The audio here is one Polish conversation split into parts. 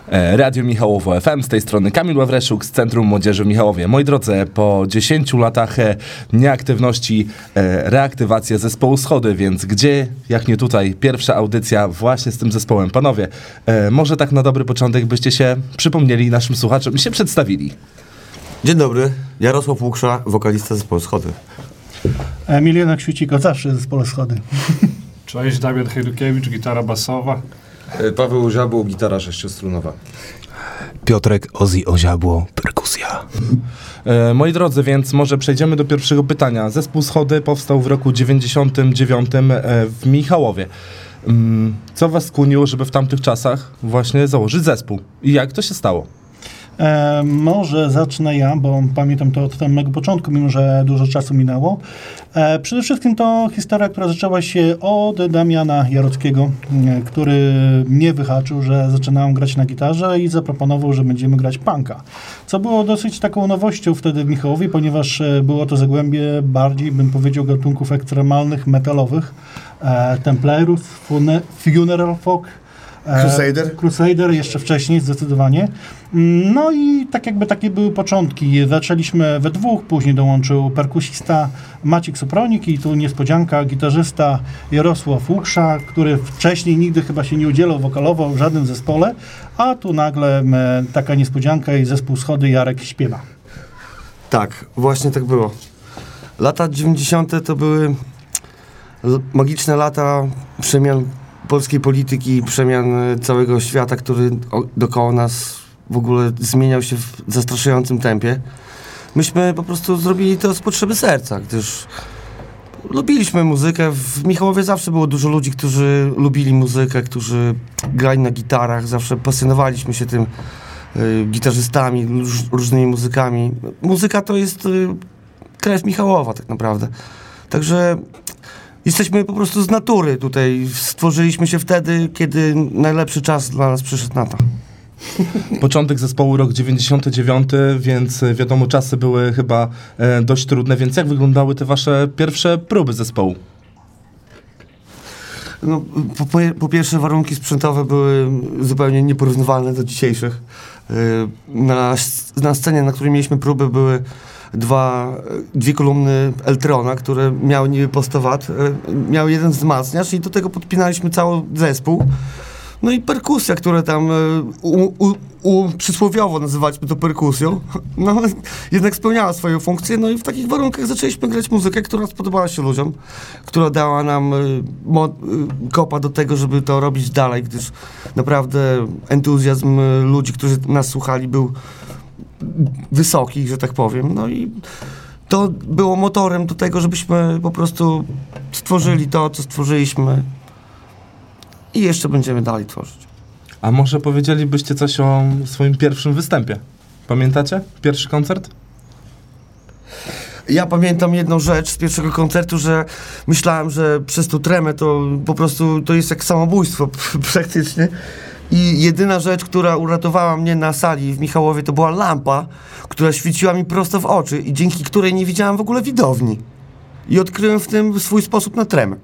Radio Michałowo FM, z tej strony Kamil Ławreszuk z Centrum Młodzieży w Michałowie. Moi drodzy, po 10 latach nieaktywności reaktywacja zespołu Schody, więc gdzie, jak nie tutaj, pierwsza audycja właśnie z tym zespołem. Panowie, może tak na dobry początek byście się przypomnieli naszym słuchaczom i się przedstawili. Dzień dobry, Jarosław Łuksza, wokalista zespołu Schody. Emiliana Kwieciko, zawsze zespole Schody. Cześć, Damian Hejdukiewicz, gitara basowa. Paweł Oziabło, gitara sześciostrunowa. Piotrek Oziabło, perkusja. Moi drodzy, więc może przejdziemy do pierwszego pytania. Zespół Schody powstał w roku 99 w Michałowie. Co was skłoniło, żeby w tamtych czasach właśnie założyć zespół? I jak to się stało? Może zacznę ja, bo pamiętam to od samego początku, mimo że dużo czasu minęło. Przede wszystkim to historia, która zaczęła się od Damiana Jarockiego, który mnie wyhaczył, że zaczynałem grać na gitarze i zaproponował, że będziemy grać punka. Co było dosyć taką nowością wtedy w Michałowie, ponieważ było to zagłębie bardziej, bym powiedział, gatunków ekstremalnych, metalowych. Templarus, Funeral Folk, Crusader jeszcze wcześniej zdecydowanie. No i tak jakby takie były początki. Zaczęliśmy we dwóch, później dołączył perkusista Maciek Sopronik i tu niespodzianka, gitarzysta Jarosław Łuksza, który wcześniej nigdy chyba się nie udzielał wokalowo w żadnym zespole, a tu nagle taka niespodzianka i zespół Schody Jarek śpiewa. Tak, właśnie tak było. Lata 90. to były magiczne lata przemian polskiej polityki, przemian całego świata, który dookoła nas w ogóle zmieniał się w zastraszającym tempie. Myśmy po prostu zrobili to z potrzeby serca, gdyż lubiliśmy muzykę. W Michałowie zawsze było dużo ludzi, którzy lubili muzykę, którzy grali na gitarach, zawsze pasjonowaliśmy się tym, gitarzystami, różnymi muzykami. Muzyka to jest krew Michałowa tak naprawdę. Także jesteśmy po prostu z natury tutaj. Stworzyliśmy się wtedy, kiedy najlepszy czas dla nas przyszedł na to. Początek zespołu rok 99, więc wiadomo, czasy były chyba dość trudne, więc jak wyglądały te wasze pierwsze próby zespołu? No, po pierwsze warunki sprzętowe były zupełnie nieporównywalne do dzisiejszych. Na scenie, na której mieliśmy próby, były dwie kolumny Eltrona, które miały niby postawat, miały jeden wzmacniacz i do tego podpinaliśmy cały zespół. No i perkusja, która tam przysłowiowo nazywaliśmy to perkusją, no jednak spełniała swoją funkcję, no i w takich warunkach zaczęliśmy grać muzykę, która spodobała się ludziom, która dała nam kopa do tego, żeby to robić dalej, gdyż naprawdę entuzjazm ludzi, którzy nas słuchali, był wysoki, że tak powiem, no i to było motorem do tego, żebyśmy po prostu stworzyli to, co stworzyliśmy i jeszcze będziemy dalej tworzyć. A może powiedzielibyście coś o swoim pierwszym występie? Pamiętacie? Pierwszy koncert? Ja pamiętam jedną rzecz z pierwszego koncertu, że myślałem, że przez tą tremę to po prostu to jest jak samobójstwo praktycznie. I jedyna rzecz, która uratowała mnie na sali w Michałowie, to była lampa, która świeciła mi prosto w oczy i dzięki której nie widziałem w ogóle widowni. I odkryłem w tym swój sposób na tremę.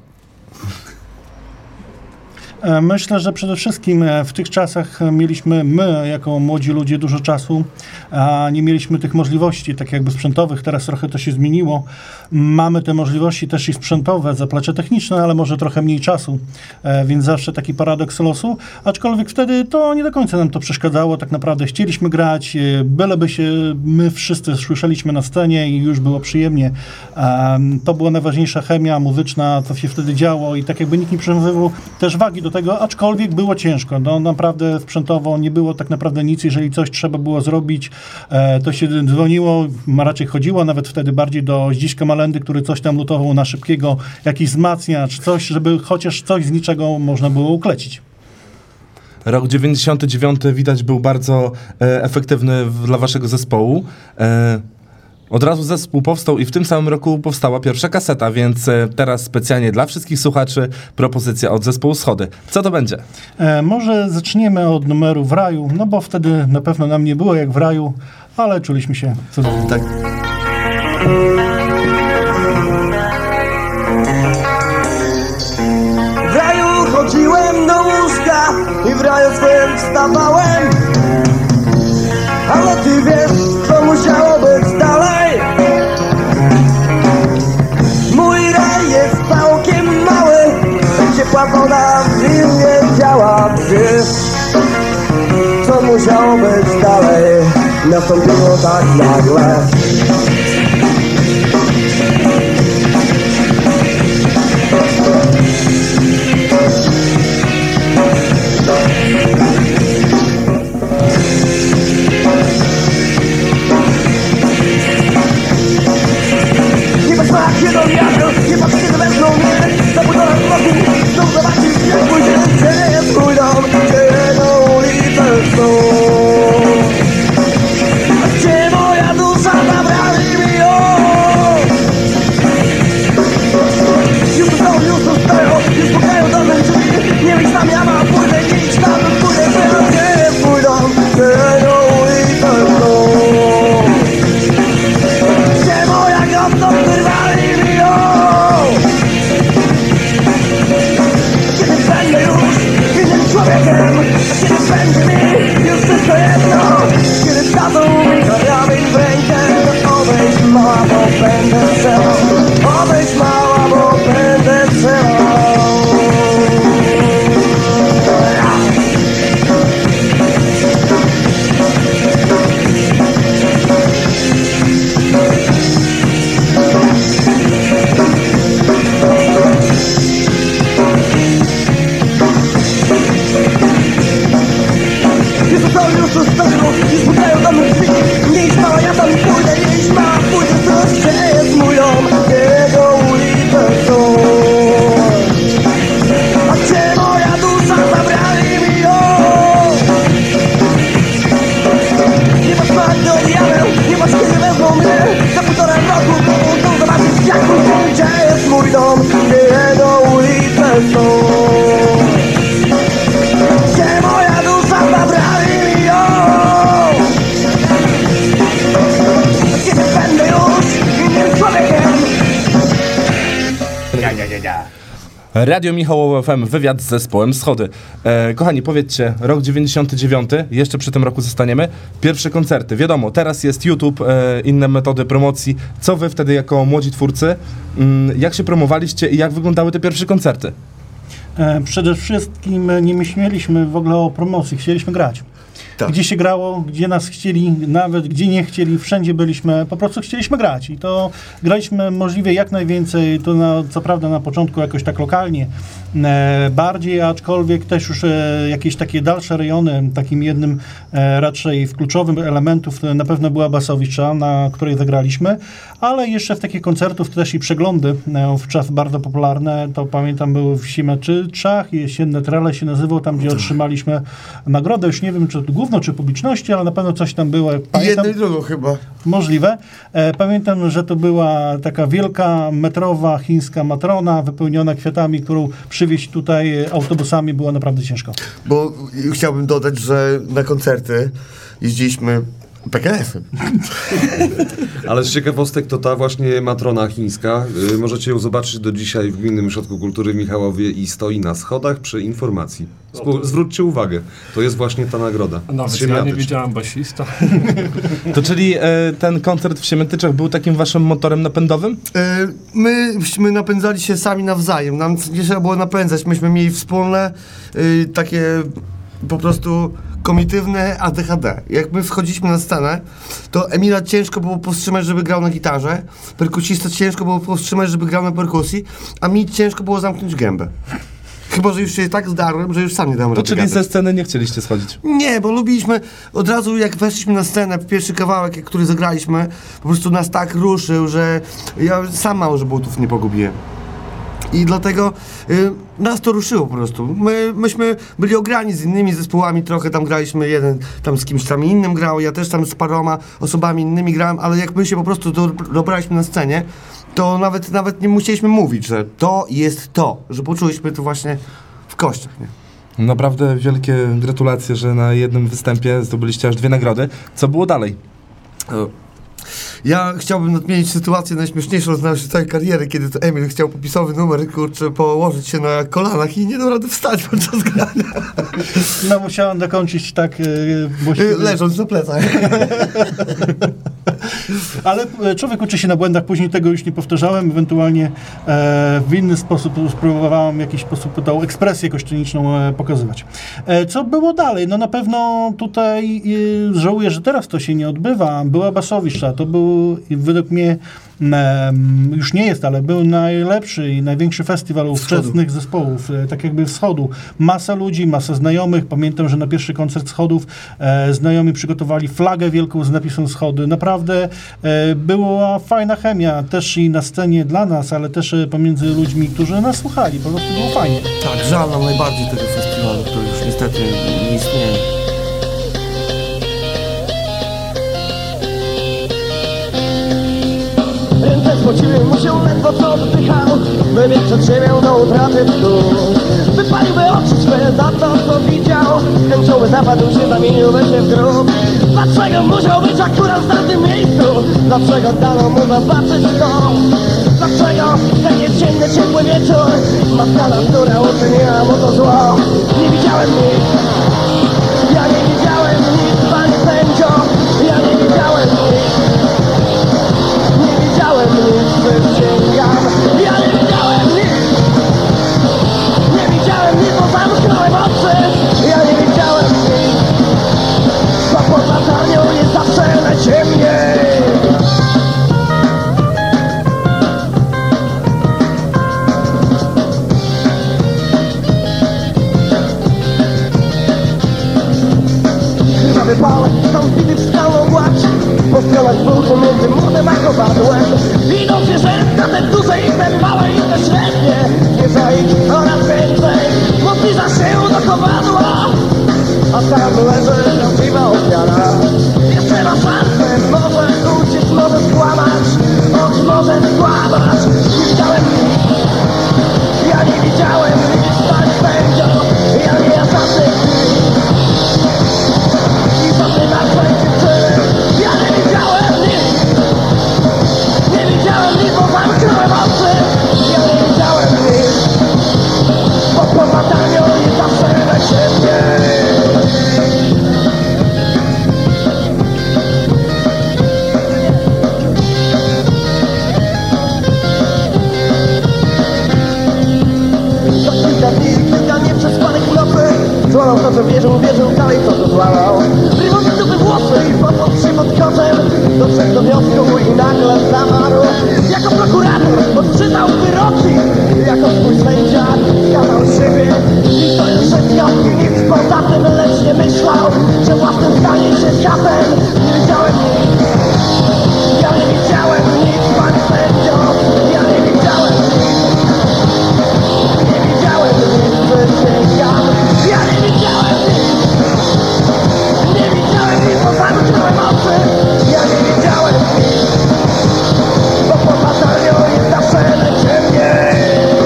Myślę, że przede wszystkim w tych czasach mieliśmy my, jako młodzi ludzie, dużo czasu, a nie mieliśmy tych możliwości, tak jakby sprzętowych. Teraz trochę to się zmieniło. Mamy te możliwości też i sprzętowe, zaplecze techniczne, ale może trochę mniej czasu, więc zawsze taki paradoks losu. Aczkolwiek wtedy to nie do końca nam to przeszkadzało. Tak naprawdę chcieliśmy grać, byleby się my wszyscy słyszeliśmy na scenie i już było przyjemnie. To była najważniejsza chemia muzyczna, co się wtedy działo i tak jakby nikt nie przywiązywał też wagi do tego, aczkolwiek było ciężko. No naprawdę sprzętowo nie było tak naprawdę nic. Jeżeli coś trzeba było zrobić, to się dzwoniło, raczej chodziło nawet wtedy bardziej do Zdziśka Malendy, który coś tam lutował na szybkiego, jakiś wzmacniacz, coś, żeby chociaż coś z niczego można było uklecić. Rok 99 widać był bardzo efektywny dla waszego zespołu. Od razu zespół powstał i w tym samym roku powstała pierwsza kaseta, więc teraz specjalnie dla wszystkich słuchaczy propozycja od zespołu Schody. Co to będzie? Może zaczniemy od numeru W raju, no bo wtedy na pewno nam nie było jak w raju, ale czuliśmy się cudownie. Tak. W raju chodziłem do łóżka i w raju swym wstawałem. Ty wiesz, co musiało być dalej. Mój raj jest całkiem mały, ciepła woda w nim nie działa. Wiesz, co musiało być dalej, nastąpiło tak nagle. Nie patrz na kiedy wiatr, nie patrz kiedy wezmą mnie. Za półtora roku znów zobaczysz, jak pójdzie. Gdzie jest mój dom, gdzie na ulicę są. Gdzie moja dusza, zabrali mi ją. Już zostają, już pukają do mnie drzwi. Nie myśl tam, ja mam pójdę, nie idź tam, pójdę. Gdzie jest mój dom, gdzie na ulicę są. Gdzie moja godność, wyrwali mi ją. Kiedy będę już innym człowiekiem, kiedy będzie mi już wszystko jedno. Kiedy dadzą mi karabin w rękę, to obejdź mała, bo będę strzelał. Obejdź mała, bo będę strzelał. Jest to już zostało, już pukają do mnie drzwi. Nie idź mała, ja tam pójdę, nie idź mała, pójdę wprost. Gdzie jest mój dom, jego ulice są. A gdzie moja dusza, zabrali mi ją. Nie patrz na gdy odjadę, nie patrz kiedy wezmą mnie. Za półtora roku chcą zobaczyć, jak mój dom. Gdzie jest mój dom, jego ulice są. Gdzie moja dusza, zabrali mi ją. Kiedy będę już innym człowiekiem. Radio Michałowo FM, wywiad z zespołem Schody. Kochani, powiedzcie, rok 99, jeszcze przy tym roku zostaniemy. Pierwsze koncerty, wiadomo, teraz jest YouTube, inne metody promocji. Co wy wtedy jako młodzi twórcy, jak się promowaliście i jak wyglądały te pierwsze koncerty? Przede wszystkim nie myśleliśmy w ogóle o promocji, chcieliśmy grać. Tak. Gdzie się grało, gdzie nas chcieli, nawet gdzie nie chcieli, wszędzie byliśmy, po prostu chcieliśmy grać i to graliśmy możliwie jak najwięcej, to co prawda na początku jakoś tak lokalnie bardziej, aczkolwiek też już jakieś takie dalsze rejony, takim jednym raczej w kluczowym elementów na pewno była Basowicza, na której zagraliśmy, ale jeszcze w takich koncertów też i przeglądy wówczas bardzo popularne, to pamiętam były w Siemeczyczach, Jesienne Trele się nazywał, tam gdzie otrzymaliśmy nagrodę, już nie wiem czy to główno, czy publiczności, ale na pewno coś tam było. Pamiętam, Jedno i drugo chyba. Możliwe. Pamiętam, że to była taka wielka, metrowa chińska matrona wypełniona kwiatami, którą przywieźć tutaj autobusami było naprawdę ciężko. Bo chciałbym dodać, że na koncerty jeździliśmy PKS-em. Ale z ciekawostek to ta właśnie matrona chińska. Możecie ją zobaczyć do dzisiaj w Gminnym Ośrodku Kultury w Michałowie i stoi na schodach przy informacji. Zwróćcie uwagę, to jest właśnie ta nagroda. Nawet ja nie widziałem basista. To czyli ten koncert w Siemiatyczach był takim waszym motorem napędowym? Myśmy napędzali się sami nawzajem. Nam nie trzeba było napędzać. Myśmy mieli wspólne takie po prostu komitywne ADHD. Jak my wchodziliśmy na scenę, to Emila ciężko było powstrzymać, żeby grał na gitarze, perkusista ciężko było powstrzymać, żeby grał na perkusji, a mi ciężko było zamknąć gębę. Chyba, że już się tak zdarłem, że już sam nie dałem rady To czyli gadać. ze sceny nie chcieliście schodzić? Nie, bo lubiliśmy, od razu jak weszliśmy na scenę, pierwszy kawałek, który zagraliśmy, po prostu nas tak ruszył, że ja sam mało, że butów nie pogubiłem. I dlatego nas to ruszyło po prostu. Myśmy byli ograni z innymi zespołami, trochę tam graliśmy, jeden tam z kimś tam innym grał, ja też tam z paroma osobami innymi grałem, ale jak my się po prostu dobraliśmy na scenie, to nawet nie musieliśmy mówić, że to jest to, że poczuliśmy to właśnie w kościach. Nie? Naprawdę wielkie gratulacje, że na jednym występie zdobyliście aż 2 nagrody. Co było dalej? Ja chciałbym nadmienić sytuację najśmieszniejszą z naszej całej kariery, kiedy to Emil chciał popisowy numer, kurczę, położyć się na kolanach i nie dał rady wstać podczas grania. No musiałem dokończyć tak... Leżąc na plecach. Ale człowiek uczy się na błędach, później tego już nie powtarzałem, ewentualnie w inny sposób spróbowałem w jakiś sposób tą ekspresję kościelniczą pokazywać. Co było dalej? No na pewno tutaj żałuję, że teraz to się nie odbywa. Była Basowica, to był według mnie już nie jest, ale był najlepszy i największy festiwal ówczesnych zespołów, tak jakby Wschodu. Masa ludzi, masa znajomych. Pamiętam, że na pierwszy koncert Schodów znajomi przygotowali flagę wielką z napisem Schody. Naprawdę była fajna chemia, też i na scenie dla nas, ale też pomiędzy ludźmi, którzy nas słuchali. Po prostu było fajnie. Tak, żal nam najbardziej tego festiwalu, który już niestety nie istnieje. Ręce spociły mu się ledwo co dotychał, by mnie przed siebie do utraty tu. Wypaliłby oczy swe za to, co widział, chęcią zapadł się, zamieniłby się w grób. Dlaczego musiał być akurat w danym miejscu? Dlaczego dano mu zobaczyć to? Dlaczego ten jesienny, ciepły wieczór ma skala, która uczyniła mu to zło? Nie widziałem nic, ja nie widziałem nic, panie sędzio, ja nie widziałem nic. Nie widziałem nic, przysięgam, ja nie widziałem nic. Nie widziałem nic, bo zamknąłem oczy, ja nie widziałem nic. Bo pod latarnią jest zawsze najciemniej. Krwawy pał, tam wbity w skałą głacz. Po stronach dwóch między młodym a kowadłem. Idą zwierzęta, te duże i te małe i te średnie. Zwierza ich coraz więcej, bo zbliża się do kowadła. A tam leży prawdziwa ofiara. Jeszcze ma szansę, może uciec, może skłamać. Choć może skłamać. Nie widziałem nic, ja nie widziałem nic, panie sędzio, ja nie żadnych nic. I żadnej martwej dziewczyny, ja nie widziałem nic. Nie widziałem nic, bo zamknąłem oczy. Ja nie widziałem nic, bo pod latarnią jest zawsze najciemniej. Kilka nieprzespanych nocy. Złamał to, co wierzył dalej to, co złamał. Rywą mi dupy włosy i podszli pod kotem. Doszedł do wniosku i nagle zamarł. Jako prokurator odczytał wyroki. Jako swój sędzia skazał siebie. I to jeszcze wnioski, nic poza tym, lecz nie myślał, że własnym zdaniem się zjadłem. Nie widziałem nic, ja nie widziałem nic, panie sędzio, ja nie widziałem nic. Nie widziałem nic, przysięgam, ja nie widziałem nic. Nie widziałem nic, bo zamknąłem oczy. Ja nie widziałem nic, bo pod latarnią jest zawsze najciemniej.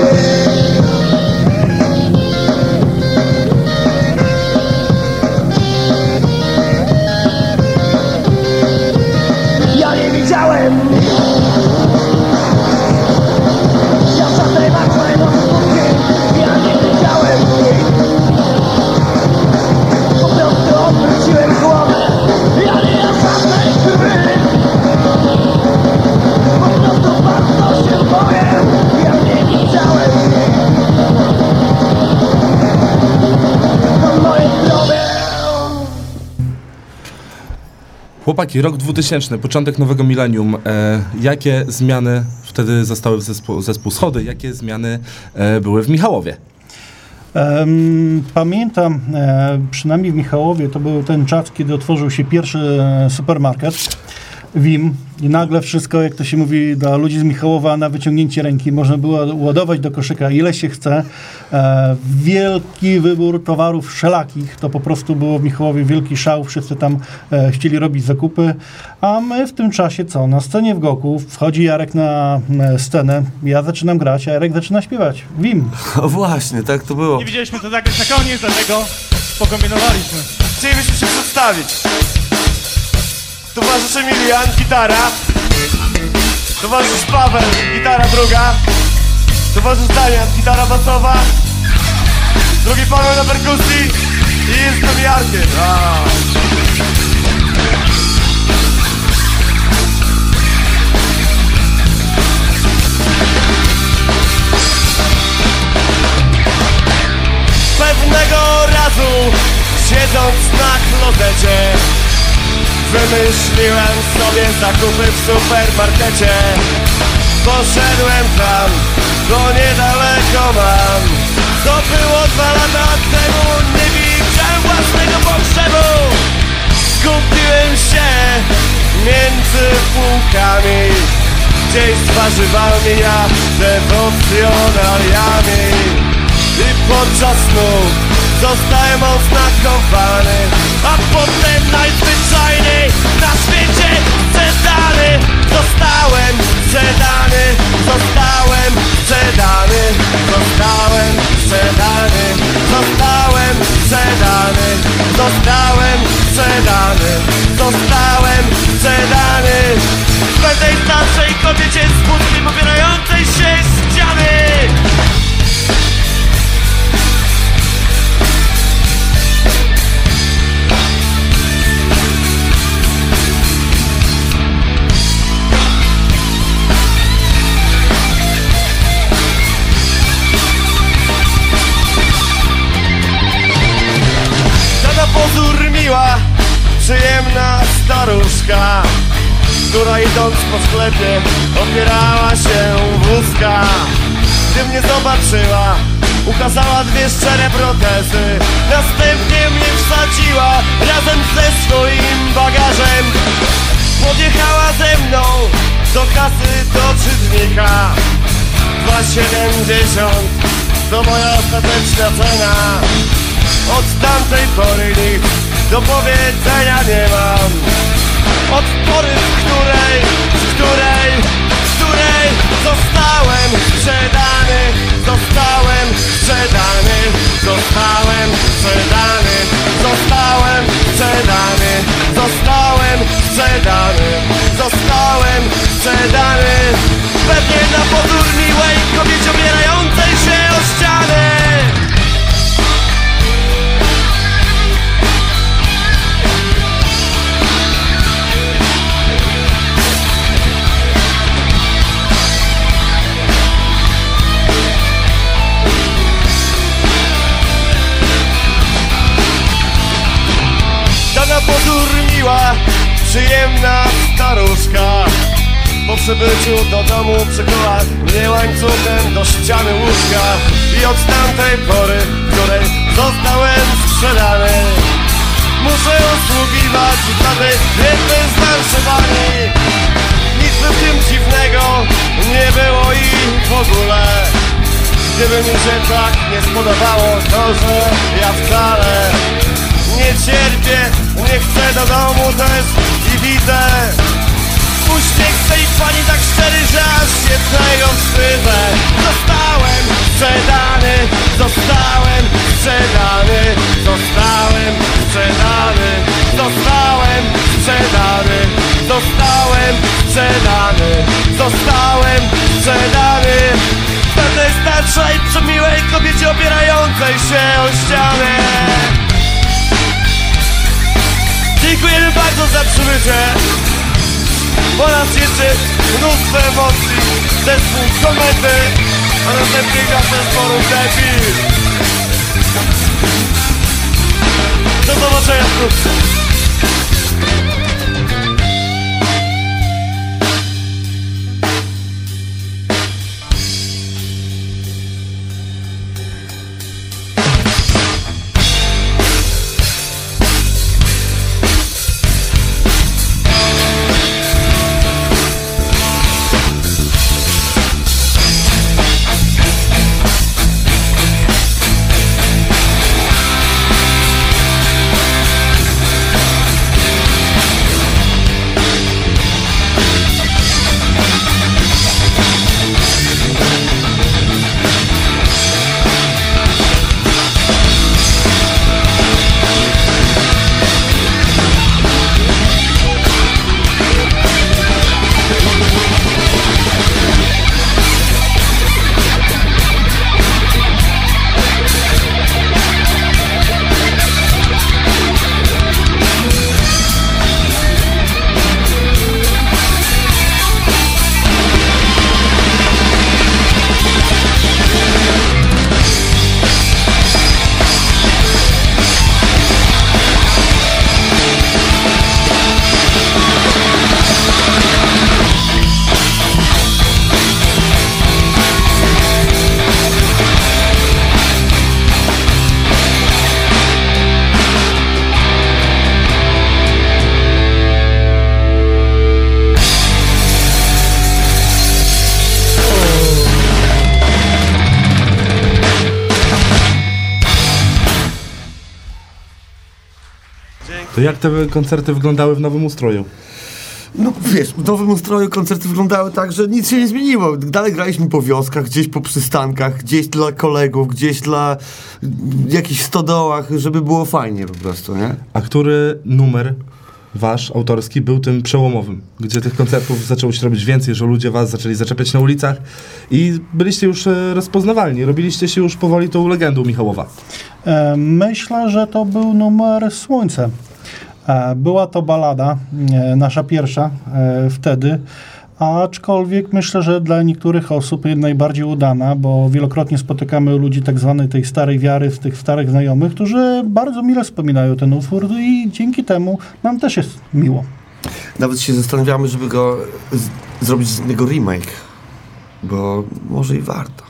Ja nie widziałem nic. Ja żadnej martwej rozpustki, ja nie widziałem nic. Po prostu odwróciłem głowę, ja nie mam żadnej krwi. Po prostu bardzo się boję, ja nie widziałem nic. To moje zdrowie. Chłopaki, rok 2000, początek nowego milenium. Jakie zmiany wtedy zostały w zespół Schody? Jakie zmiany były w Michałowie? Pamiętam, przynajmniej w Michałowie, to był ten czas, kiedy otworzył się pierwszy supermarket, WIM, i nagle wszystko, jak to się mówi, dla ludzi z Michałowa na wyciągnięcie ręki można było ładować do koszyka ile się chce. Wielki wybór towarów wszelakich, to po prostu było w Michałowie wielki szał, wszyscy tam chcieli robić zakupy, a my w tym czasie co? Na scenie w Goku wchodzi Jarek na scenę, ja zaczynam grać, a Jarek zaczyna śpiewać. WIM. O właśnie, tak to było. Nie wiedzieliśmy co zagrać na koniec, dlatego pokombinowaliśmy. Chcielibyśmy się przedstawić. Towarzysz Emilian, gitara, towarzysz Paweł, gitara druga, towarzysz Daniel, gitara basowa, drugi Paweł na perkusji i jestem Jarkiem. Pewnego razu, siedząc na klozecie, wymyśliłem sobie zakupy w supermarkecie. Poszedłem tam, bo niedaleko mam. To było 2 lata temu, nie widziałem własnego pogrzebu. Skupiłem się między półkami, gdzieś z warzywami, a dewocjonaliami. I podczas snu zostałem oznakowany, a potem najzwyczajniej na świecie sprzedany. Zostałem sprzedany, zostałem sprzedany, zostałem sprzedany, zostałem sprzedany, zostałem sprzedany, zostałem sprzedany. W pewnej starszej kobiecie z butkiem opierającej się ściany. Pozór miła, przyjemna staruszka, która idąc po sklepie opierała się wózka. Gdy mnie zobaczyła, ukazała 2 szczere protezy. Następnie mnie wsadziła razem ze swoim bagażem. Podjechała ze mną do kasy do czytnika. 2,70 to moja ostateczna cena. Od tamtej pory nic do powiedzenia nie mam. Od pory, w której zostałem sprzedany, zostałem sprzedany, zostałem sprzedany, zostałem sprzedany, zostałem sprzedany, zostałem sprzedany. Pewnie na pozór miłej kobiecie opierającej się o ścianę. Na pozór miła, przyjemna staruszka. Po przybyciu do domu przykuła mnie łańcuchem do ściany łóżka. I od tamtej pory, w której zostałem sprzedany, muszę usługiwać żadnej jednej zmarszowani. Nic by w tym dziwnego nie było i w ogóle. Gdyby mi się tak nie spodobało, to że ja wcale nie cierpię, nie chcę do domu też i widzę uśmiech tej pani tak szczery, że aż się tego wstydzę. Zostałem sprzedany, zostałem sprzedany, zostałem sprzedany, zostałem sprzedany, zostałem sprzedany, zostałem sprzedany. Pewnej starszej, przemiłej kobiecie opierającej się o ścianę. Dziękujemy bardzo za przybycie. Po raz jeszcze mnóstwo emocji. Zespół Komendy, a następnie gra zespołu Debil. Do zobaczenia wkrótce. To jak te koncerty wyglądały w nowym ustroju? No wiesz, w nowym ustroju koncerty wyglądały tak, że nic się nie zmieniło. Dalej graliśmy po wioskach, gdzieś po przystankach, gdzieś dla kolegów, gdzieś dla jakichś stodołach, żeby było fajnie po prostu, nie? A który numer wasz, autorski, był tym przełomowym? Gdzie tych koncertów zaczęło się robić więcej, że ludzie was zaczęli zaczepiać na ulicach i byliście już rozpoznawalni. Robiliście się już powoli tą legendą Michałowa. Myślę, że to był numer Słońce. Była to balada, nasza pierwsza wtedy, aczkolwiek myślę, że dla niektórych osób najbardziej udana, bo wielokrotnie spotykamy ludzi tak zwanej tej starej wiary, z tych starych znajomych, którzy bardzo mile wspominają ten utwór i dzięki temu nam też jest miło. Nawet się zastanawiamy, żeby go zrobić z niego remake, bo może i warto.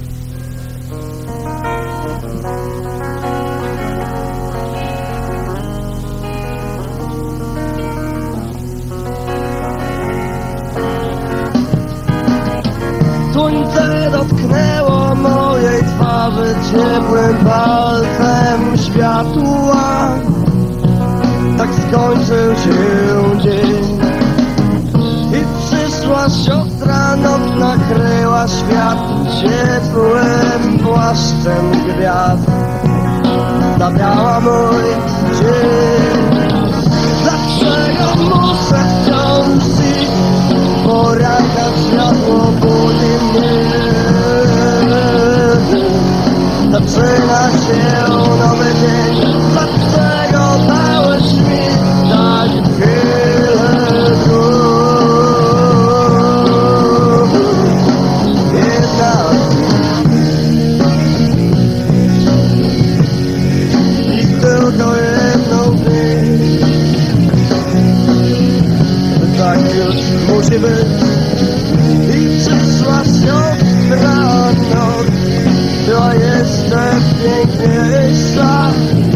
Słońce dotknęło mojej twarzy ciepłym palcem światła. Tak skończył się dzień i przyszła siostra noc, nakryła świat ciepłym płaszczem gwiazd. Zabiała mój dzień. Dlaczego muszę wciąż iść? Poranka światło budzi mnie. Zaczyna się nowy dzień. Dlaczego dałeś mi tak wiele dróg? I tylko jedną myśl. Tak już musi być. I przyszła siostra noc, była jeszcze piękniejsza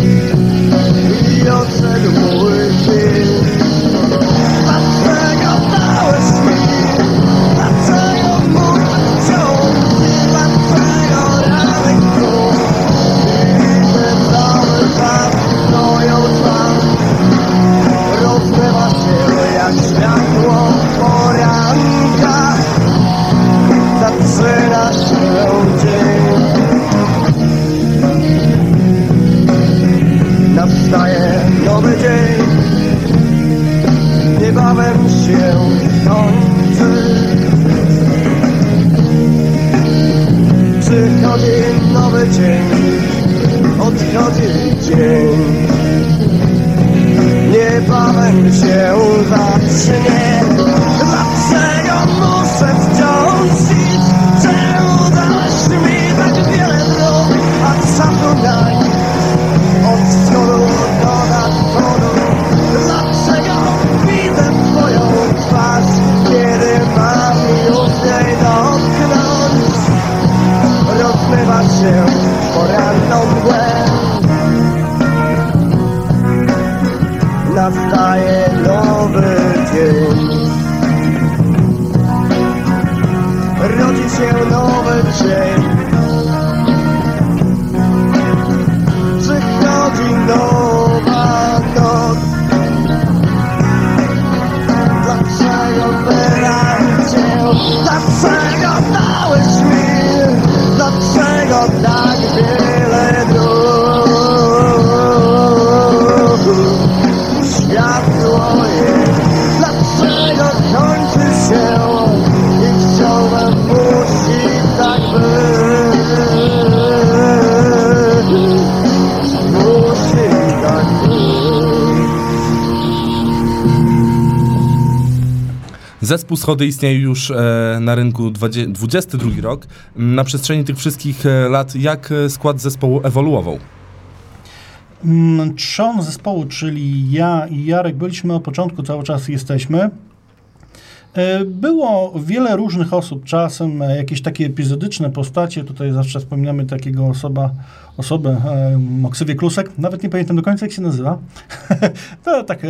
i odszedł mój dzień. Dlaczego dałeś mi? Dlaczego mój wciąż? Dlaczego rany krów? Widzę cały czas twoją twarz. Rozmywa się jak światło poranka. Zaczyna się dzień. Nastaje nowy dzień. Niebawem się kończy. Przychodzi nowy dzień. Odchodzi dzień. Niebawem się zacznie. Dlaczego muszę wciąż iść? Czemu dałeś mi tak wiele dróg? A czatu daj od wschodu do zachodu. Dlaczego widzę twoją twarz, kiedy mam już jej dotknąć? Rozmywa się poranną mgłę. Nastaje nowy dzień. Rodzi się nowy dzień. Przychodzi nowa noc. Dlaczego wybrałem cię? Dlaczego dałeś mi? Dlaczego tak wiele dróg? Światło jest. Dlaczego kończy się? I wciąż musi tak być. Musi tak być. Zespół Schody istnieje już na rynku 22 rok. Na przestrzeni tych wszystkich lat jak skład zespołu ewoluował? Trzon zespołu, czyli ja i Jarek, byliśmy od początku, cały czas jesteśmy. Było wiele różnych osób, czasem jakieś takie epizodyczne postacie. Tutaj zawsze wspominamy takiego osobę, Ksywie Klusek, nawet nie pamiętam do końca, jak się nazywa. To tak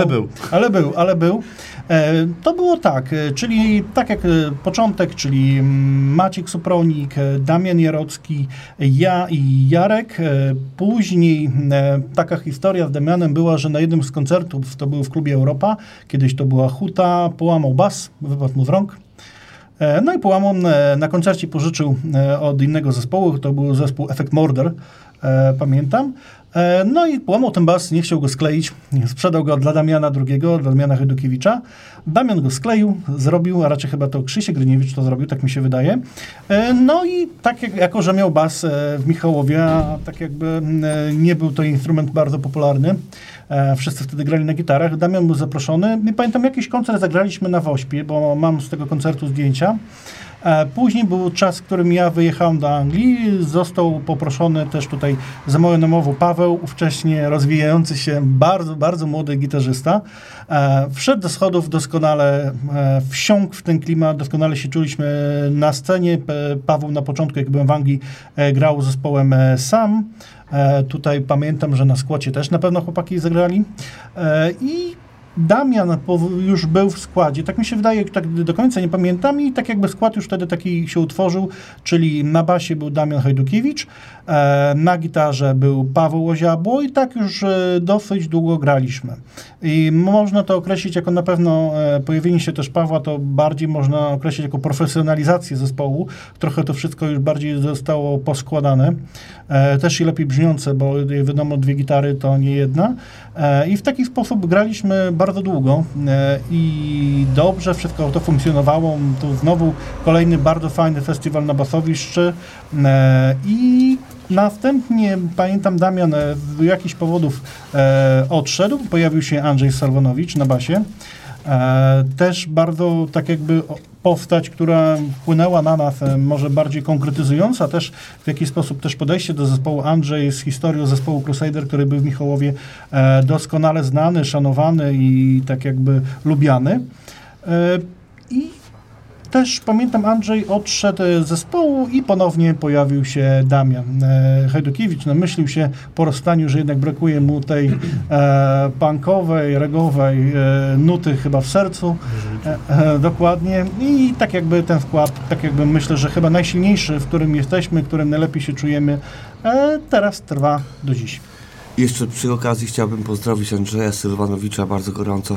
ale był. To było tak, czyli tak jak początek, czyli Maciek Supronik, Damian Jarocki, ja i Jarek. Później taka historia z Damianem była, że na jednym z koncertów, to był w klubie Europa, kiedyś to była huta, połamał bas, wypadł mu z rąk. No i połamał, na koncercie pożyczył od innego zespołu, to był zespół Effect Murder, pamiętam. No i połamał ten bas, nie chciał go skleić, sprzedał go dla Damiana drugiego, dla Damiana Hajdukiewicza. Damian go skleił, zrobił, a raczej chyba to Krzysiek Gryniewicz to zrobił, tak mi się wydaje. No i tak jako, że miał bas w Michałowie, a tak jakby nie był to instrument bardzo popularny, wszyscy wtedy grali na gitarach, Damian był zaproszony. I pamiętam, jakiś koncert zagraliśmy na Wośpie, bo mam z tego koncertu zdjęcia. Później był czas, w którym ja wyjechałem do Anglii, został poproszony też tutaj za moją namową Paweł, ówcześnie rozwijający się bardzo, bardzo młody gitarzysta. Wszedł do schodów, doskonale wsiąkł w ten klimat, doskonale się czuliśmy na scenie. Paweł na początku, jak byłem w Anglii, grał zespołem Sam. Tutaj pamiętam, że na składzie też na pewno chłopaki zagrali. I Damian już był w składzie, tak mi się wydaje, tak do końca nie pamiętam i tak jakby skład już wtedy taki się utworzył, czyli na basie był Damian Hajdukiewicz, na gitarze był Paweł Oziabło i tak już dosyć długo graliśmy. I można to określić jako na pewno pojawienie się też Pawła, to bardziej można określić jako profesjonalizację zespołu. Trochę to wszystko już bardziej zostało poskładane. Też i lepiej brzmiące, bo wiadomo, 2 gitary to nie jedna. I w taki sposób graliśmy bardzo długo i dobrze wszystko to funkcjonowało. Tu znowu kolejny bardzo fajny festiwal na Basowiszczy i następnie, pamiętam, Damian z jakichś powodów odszedł, pojawił się Andrzej Salwanowicz na basie. Też bardzo tak jakby postać, która wpłynęła na nas, może bardziej konkretyzująca też w jakiś sposób też podejście do zespołu. Andrzej z historią zespołu Crusader, który był w Michałowie doskonale znany, szanowany i tak jakby lubiany. I też pamiętam, Andrzej odszedł z zespołu i ponownie pojawił się Damian Hajdukiewicz. Namyślił się po rozstaniu, że jednak brakuje mu tej punkowej, regowej nuty chyba w sercu. Dokładnie. I tak jakby ten skład, tak jakby myślę, że chyba najsilniejszy, w którym jesteśmy, w którym najlepiej się czujemy, teraz trwa do dziś. Jeszcze przy okazji chciałbym pozdrowić Andrzeja Sylwanowicza bardzo gorąco.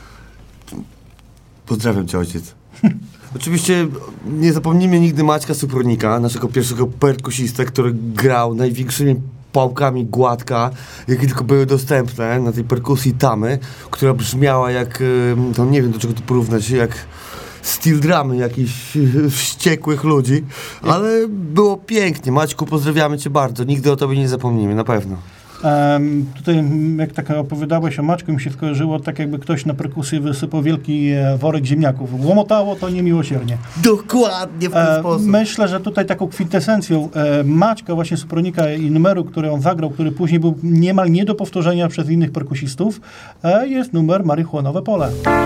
Pozdrawiam cię, ojciec. Oczywiście nie zapomnimy nigdy Maćka Supronika, naszego pierwszego perkusistę, który grał największymi pałkami Gładka, jakie tylko były dostępne na tej perkusji Tamy, która brzmiała jak, to nie wiem do czego to porównać, jak steel drumy jakichś wściekłych ludzi, ale było pięknie. Maćku, pozdrawiamy cię bardzo, nigdy o tobie nie zapomnimy, na pewno. Tutaj jak tak opowiadałeś o Maćku, mi się skojarzyło tak jakby ktoś na perkusji wysypał wielki worek ziemniaków. Łomotało to niemiłosiernie. Dokładnie w ten sposób. Myślę, że tutaj taką kwintesencją Maćka właśnie Supronika i numeru, który on zagrał, który później był niemal nie do powtórzenia przez innych perkusistów, jest numer Marihuanowe Pole.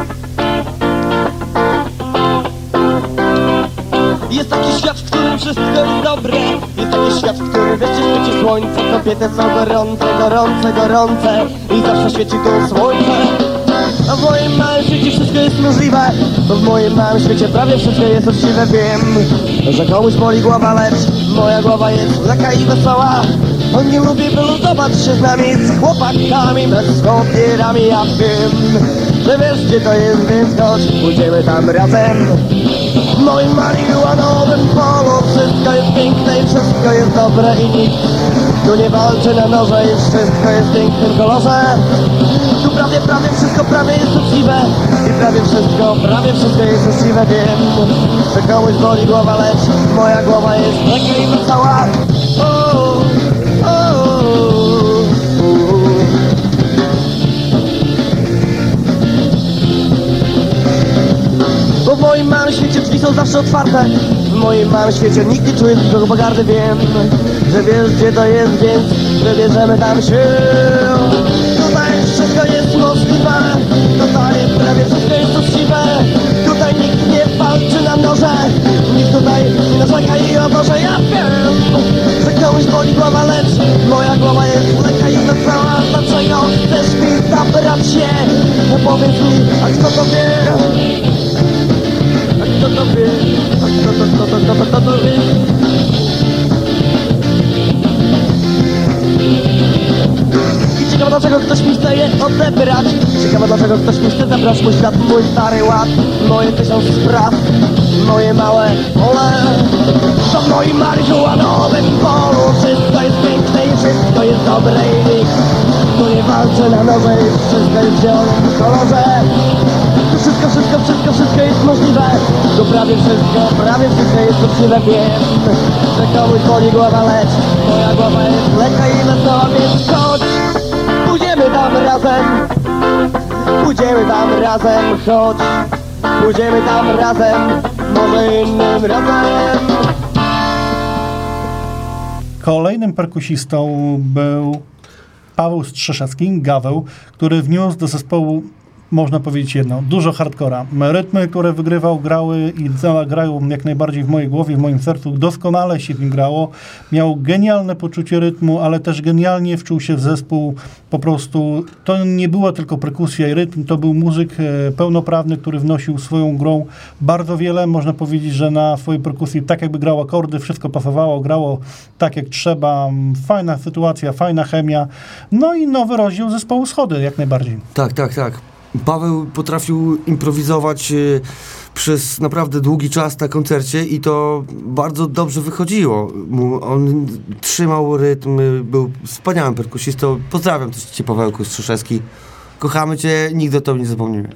Jest taki świat, w którym wszystko jest dobre. Jest taki świat, w którym wreszcie świeci słońce. Kobiety są gorące, gorące, gorące i zawsze świeci tu słońce. A w moim małym świecie wszystko jest możliwe, bo w moim małym świecie prawie wszystko jest uczciwe. Wiem, że komuś boli głowa, lecz moja głowa jest taka i wesoła. On nie lubi wyluzować się z nami, z chłopakami, bez kopierami. Ja wiem, że wiesz gdzie to jest, więc chodź, pójdziemy tam razem. W moim marihuanowym polu wszystko jest piękne i wszystko jest dobre i nikt tu nie walczy na noże i wszystko jest w pięknym kolorze. Tu prawie wszystko prawie jest uczciwe i prawie wszystko jest uczciwe. Wiem, że komuś boli głowa, lecz moja głowa jest taka i wesoła. Bo w moim małym świecie drzwi są zawsze otwarte. W moim małym świecie nikt nie czuje nikogo pogardy. Wiem, że wiesz gdzie to jest, więc wybierzemy tam się. Tutaj wszystko jest możliwe, tutaj prawie wszystko jest uczciwe. Tutaj nikt nie walczy na noże, nikt tutaj nie narzeka i o Boże, ja wiem, że komuś boli głowa, lecz powiedz mi, a kto to wie? A kto to wie? A kto to wie? I ciekawe dlaczego ktoś mi chce je odebrać. Ciekawe dlaczego ktoś mi chce zabrać mój świat, mój stary ład, moje 1000 spraw, moje małe pole. To w moim marihuanowym polu wszystko jest piękne i wszystko jest dobre i nikt tu nie walczy na nowej. Wszystko jest w zielonym kolorze. Wszystko jest możliwe. To prawie wszystko jest uczciwe. Wiem, że komuś boli głowa, lecz moja głowa jest lekka i wesoła, więc chodź, pójdziemy tam razem. Pójdziemy tam razem, chodź, pójdziemy tam razem, może innym razem. Kolejnym perkusistą był Paweł Strzeszewski, Gaweł, który wniósł do zespołu, można powiedzieć jedno, dużo hardcora. Rytmy, które wygrywał, grały i grają jak najbardziej w mojej głowie, w moim sercu. Doskonale się w nim grało. Miał genialne poczucie rytmu, ale też genialnie wczuł się w zespół. Po prostu to nie była tylko perkusja i rytm, to był muzyk pełnoprawny, który wnosił swoją grą bardzo wiele. Można powiedzieć, że na swojej perkusji tak jakby grał akordy, wszystko pasowało, grało tak jak trzeba. Fajna sytuacja, fajna chemia. No i nowy rozdział zespołu Schody, jak najbardziej. Tak. Paweł potrafił improwizować przez naprawdę długi czas na koncercie i to bardzo dobrze wychodziło. On trzymał rytm, był wspaniałym perkusistą. Pozdrawiam też Cię, Pawełku Strzeszewski. Kochamy Cię, nigdy o tobie nie zapomnimy.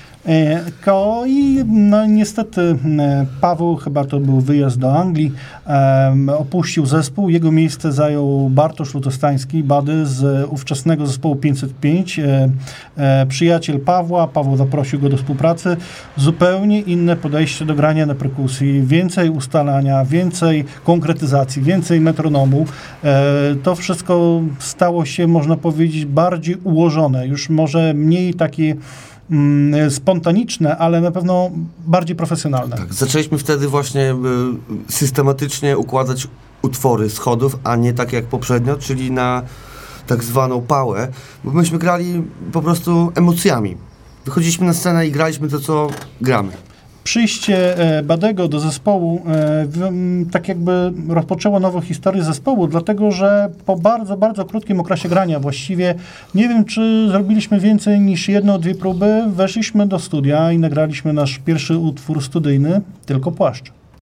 I no, niestety Paweł, chyba to był wyjazd do Anglii, opuścił zespół. Jego miejsce zajął Bartosz Lutostański, Bady z ówczesnego zespołu 505. Przyjaciel Pawła. Paweł zaprosił go do współpracy. Zupełnie inne podejście do grania na perkusji. Więcej ustalania, więcej konkretyzacji, więcej metronomu. To wszystko stało się, można powiedzieć, bardziej ułożone. Już może mniej takie spontaniczne, ale na pewno bardziej profesjonalne. Tak, zaczęliśmy wtedy właśnie systematycznie układać utwory Schodów, a nie tak jak poprzednio, czyli na tak zwaną pałę, bo myśmy grali po prostu emocjami. Wychodziliśmy na scenę i graliśmy to, co gramy. Przyjście Badego do zespołu tak jakby rozpoczęło nową historię zespołu, dlatego że po bardzo, bardzo krótkim okresie grania, właściwie nie wiem, czy zrobiliśmy więcej niż 1-2 próby, weszliśmy do studia i nagraliśmy nasz pierwszy utwór studyjny, Tylko płaszcz.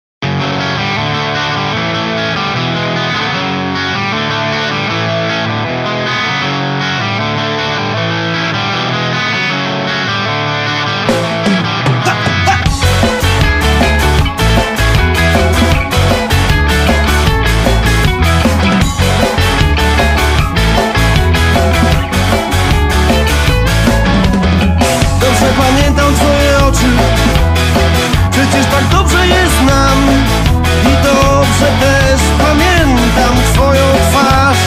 Przecież tak dobrze jest nam i dobrze też pamiętam twoją twarz.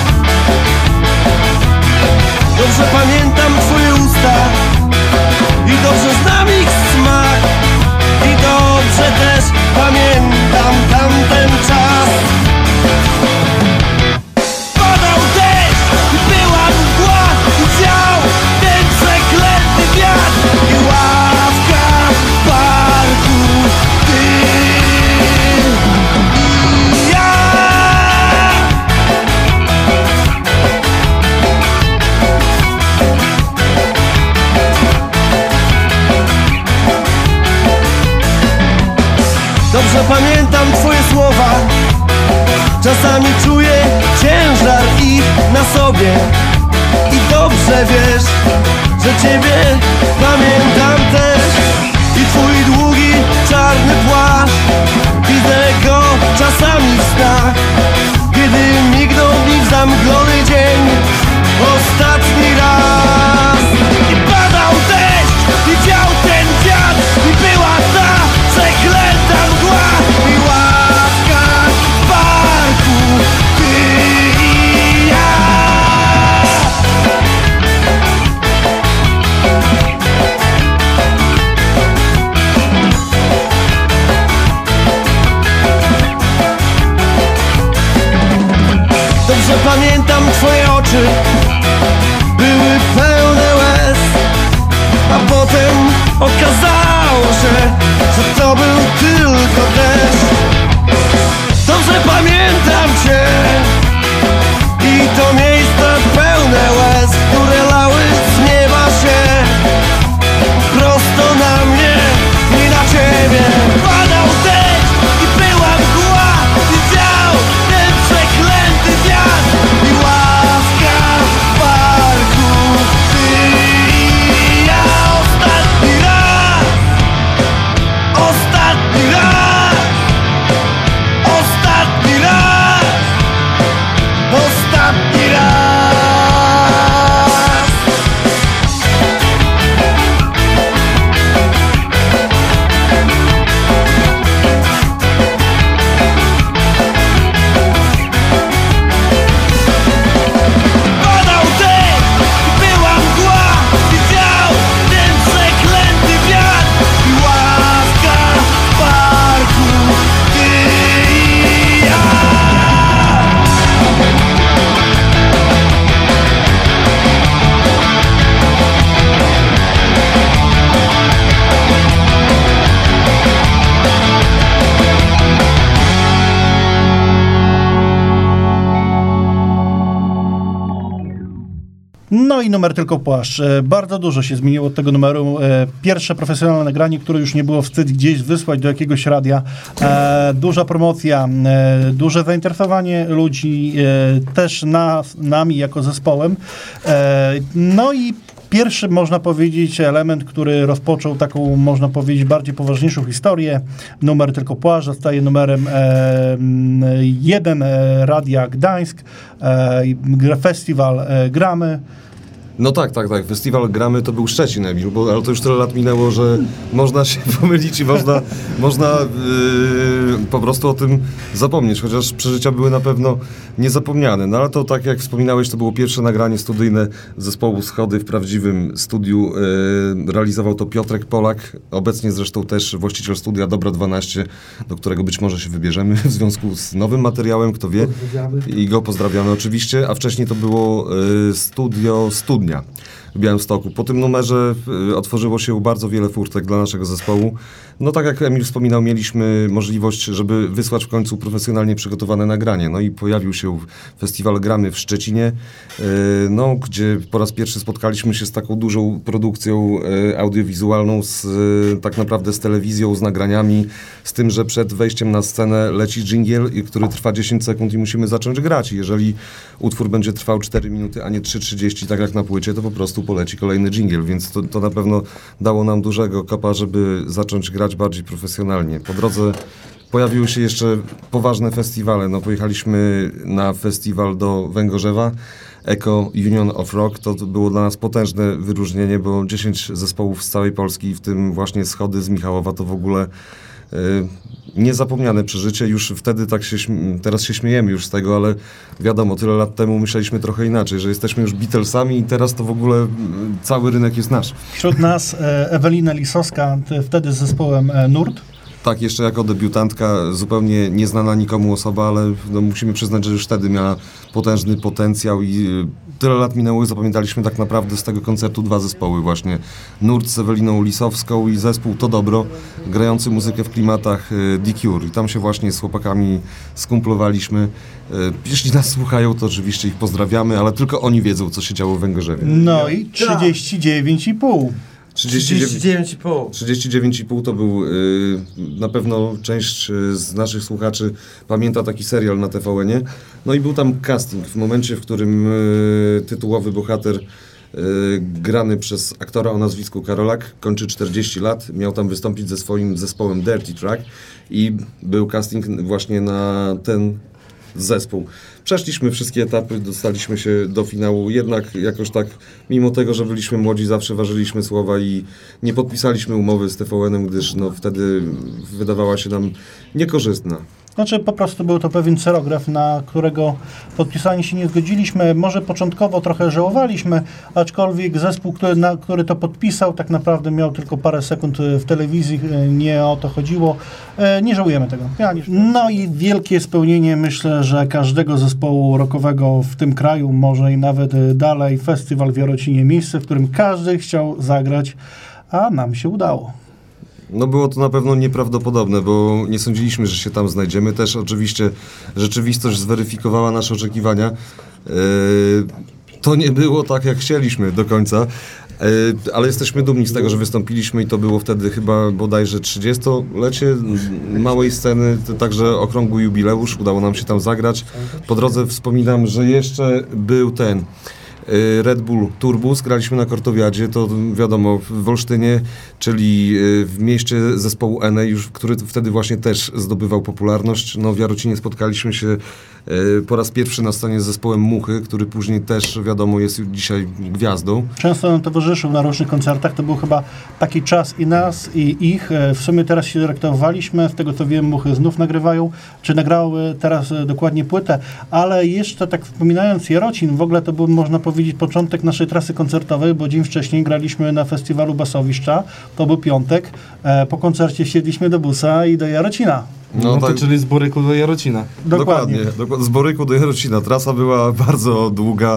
Dobrze pamiętam twoje usta i dobrze znam ich smak. I dobrze też pamiętam tamten czas. Padał deszcz i była mgła i wiał ten przeklęty wiatr i ławka w parku, ty i ja. Dobrze pamiętam twoje słowa, czasami czuję ciężar ich na sobie. I dobrze wiesz, że ciebie pamiętam też. I twój długi, czarny płaszcz, widzę go czasami w snach, kiedy mignął mi w zamglony dzień ostatni raz. I padał deszcz, i wiał ten wiatr, i była ta przeklęta mgła i ławka w parku, ty i ja. numer Tylko płaszcz. Bardzo dużo się zmieniło od tego numeru. Pierwsze profesjonalne nagranie, które już nie było wstyd gdzieś wysłać do jakiegoś radia. Duża promocja, duże zainteresowanie ludzi, też nami jako zespołem. No i pierwszy, można powiedzieć, element, który rozpoczął taką, można powiedzieć, bardziej poważniejszą historię. Numer Tylko płaszcz zostaje numerem 1 Radia Gdańsk. Festiwal gramy. No tak. Festiwal gramy to był Szczecin, Emil, ale to już tyle lat minęło, że można się pomylić i można po prostu o tym zapomnieć, chociaż przeżycia były na pewno niezapomniane. No ale to tak jak wspominałeś, to było pierwsze nagranie studyjne zespołu Schody w prawdziwym studiu. Realizował to Piotrek Polak, obecnie zresztą też właściciel studia Dobra 12, do którego być może się wybierzemy w związku z nowym materiałem, kto wie. I go pozdrawiamy oczywiście, a wcześniej to było studio Studnia w Białymstoku. Po tym numerze otworzyło się bardzo wiele furtek dla naszego zespołu. No tak jak Emil wspominał, mieliśmy możliwość, żeby wysłać w końcu profesjonalnie przygotowane nagranie. No i pojawił się festiwal Gramy w Szczecinie, gdzie po raz pierwszy spotkaliśmy się z taką dużą produkcją audiowizualną, tak naprawdę z telewizją, z nagraniami, z tym, że przed wejściem na scenę leci dżingiel, który trwa 10 sekund i musimy zacząć grać. Jeżeli utwór będzie trwał 4 minuty, a nie 3:30, tak jak na płycie, to po prostu poleci kolejny dżingiel, więc to na pewno dało nam dużego kopa, żeby zacząć grać bardziej profesjonalnie. Po drodze pojawiły się jeszcze poważne festiwale. No, pojechaliśmy na festiwal do Węgorzewa, Eco Union of Rock. To było dla nas potężne wyróżnienie, bo 10 zespołów z całej Polski, w tym właśnie Schody z Michałowa, to w ogóle niezapomniane przeżycie. Już wtedy teraz się śmiejemy już z tego, ale wiadomo, tyle lat temu myśleliśmy trochę inaczej, że jesteśmy już Beatlesami i teraz to w ogóle cały rynek jest nasz. Wśród nas Ewelina Lisowska, wtedy z zespołem Nurt. Tak, jeszcze jako debiutantka, zupełnie nieznana nikomu osoba, ale musimy przyznać, że już wtedy miała potężny potencjał i tyle lat minęło i zapamiętaliśmy tak naprawdę z tego koncertu 2 zespoły właśnie. Nurt z Eweliną Lisowską i zespół To Dobro, grający muzykę w klimatach The Cure. I tam się właśnie z chłopakami skumplowaliśmy. Jeśli nas słuchają, to oczywiście ich pozdrawiamy, ale tylko oni wiedzą, co się działo w Węgorzewie. No i 39,5. 39,5 to był na pewno część z naszych słuchaczy pamięta taki serial na TVN-ie. No i był tam casting w momencie, w którym tytułowy bohater grany przez aktora o nazwisku Karolak kończy 40 lat, miał tam wystąpić ze swoim zespołem Dirty Track i był casting właśnie na ten zespół. Przeszliśmy wszystkie etapy, dostaliśmy się do finału, jednak jakoś tak, mimo tego, że byliśmy młodzi, zawsze ważyliśmy słowa i nie podpisaliśmy umowy z TVN-em, gdyż wtedy wydawała się nam niekorzystna. Znaczy po prostu był to pewien scenograf, na którego podpisanie się nie zgodziliśmy. Może początkowo trochę żałowaliśmy, aczkolwiek zespół, który to podpisał, tak naprawdę miał tylko parę sekund w telewizji, nie o to chodziło. Nie żałujemy tego. No i wielkie spełnienie, myślę, że każdego zespołu rockowego w tym kraju, może i nawet dalej, festiwal w Jarocinie, miejsce, w którym każdy chciał zagrać, a nam się udało. No było to na pewno nieprawdopodobne, bo nie sądziliśmy, że się tam znajdziemy. Też oczywiście rzeczywistość zweryfikowała nasze oczekiwania. To nie było tak, jak chcieliśmy do końca, ale jesteśmy dumni z tego, że wystąpiliśmy i to było wtedy chyba bodajże 30-lecie małej sceny, także okrągły jubileusz, udało nam się tam zagrać. Po drodze wspominam, że jeszcze był ten Red Bull Turbus, graliśmy na Kortowiadzie, to wiadomo w Olsztynie, czyli w mieście zespołu Ene, już który wtedy właśnie też zdobywał popularność. No w Jarocinie spotkaliśmy się po raz pierwszy na scenie z zespołem Muchy, który później też wiadomo jest dzisiaj gwiazdą. Często nam towarzyszył na różnych koncertach, to był chyba taki czas i nas i ich. W sumie teraz się dyrektowaliśmy, z tego co wiem Muchy znów nagrywają, czy nagrały teraz dokładnie płytę, ale jeszcze tak wspominając Jarocin, w ogóle to był można powiedzieć początek naszej trasy koncertowej, bo dzień wcześniej graliśmy na festiwalu Basowiszcza, to był piątek, po koncercie wsiedliśmy do busa i do Jarocina. No tak, czyli z Boryku do Jarocina. Dokładnie. Z Boryku do Jarocina. Trasa była bardzo długa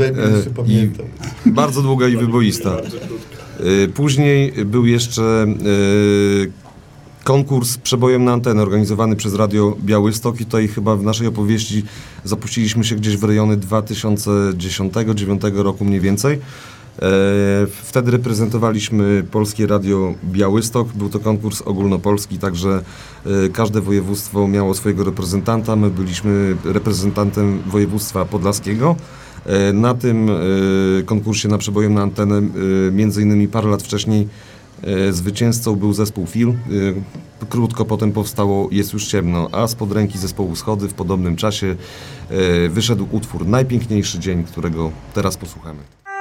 bardzo długa i wyboista. Później był jeszcze konkurs Przebojem na antenę organizowany przez Radio Białystok i tutaj chyba w naszej opowieści zapuściliśmy się gdzieś w rejony 2010-2009 roku mniej więcej. Wtedy reprezentowaliśmy Polskie Radio Białystok. Był to konkurs ogólnopolski, także każde województwo miało swojego reprezentanta. My byliśmy reprezentantem województwa podlaskiego. Na tym konkursie na Przebojem na antenę między innymi parę lat wcześniej zwycięzcą był zespół Fil. Krótko potem powstało Jest już ciemno, a spod ręki zespołu Schody w podobnym czasie wyszedł utwór Najpiękniejszy dzień, którego teraz posłuchamy.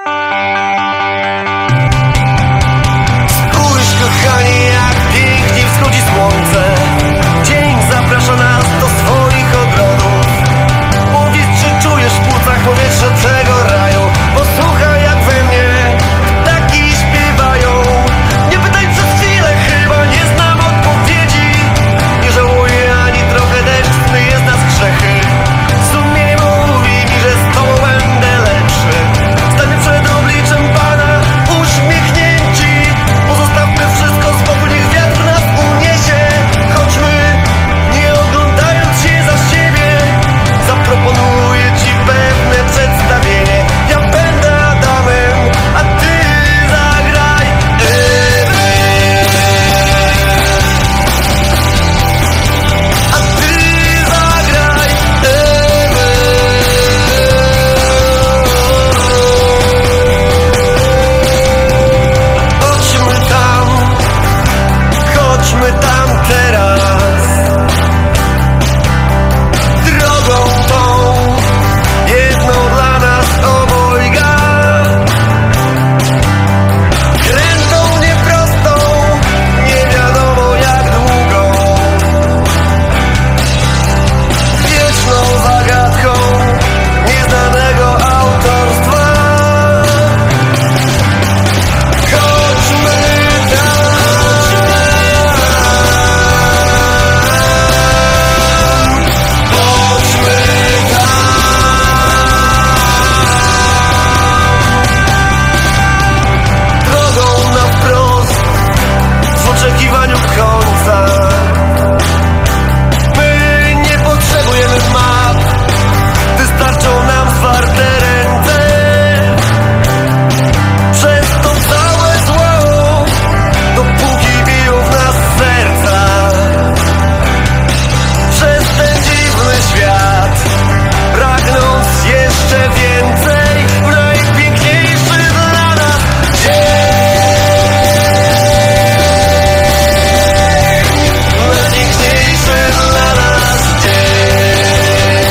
Spójrz, kochani, jak pięknie wschodzi słońce. Dzień zaprasza nas do swoich ogrodów. Powiedz, czy czujesz w płucach powietrze tego raju. Posłuchaj, jak we mnie ptaki śpiewają. Nie pytaj przez chwilę, chyba nie znam odpowiedzi. Nie żałuję ani trochę, deszcz zmyje z nas grzechy. Sumienie mówi mi, że z tobą będę lepszy. Stańmy przed obliczem Pana uśmiechnięci. Pozostawmy wszystko z boku, niech wiatr nas uniesie. Chodźmy, nie oglądając się za siebie. Zaproponuję ci pewne przedstawienie. Ja będę Adamem, a ty zagraj Ewę. A ty zagraj Ewę. Chodźmy tam teraz. Drogą tą, jedną dla nas obojga. Krętą, nieprostą, nie wiadomo jak długą. Wieczną zagadką nieznanego autorstwa. Chodźmy tam. Drogą na wprost, w oczekiwaniu końca. My nie potrzebujemy map, wystarczą nam zwarte ręce. Przez to całe zło, dopóki biją w nas serca. Przez ten dziwny świat, pragnąc jeszcze więcej, najpiękniejszy dla nas dzień. Najpiękniejszy dla nas dzień.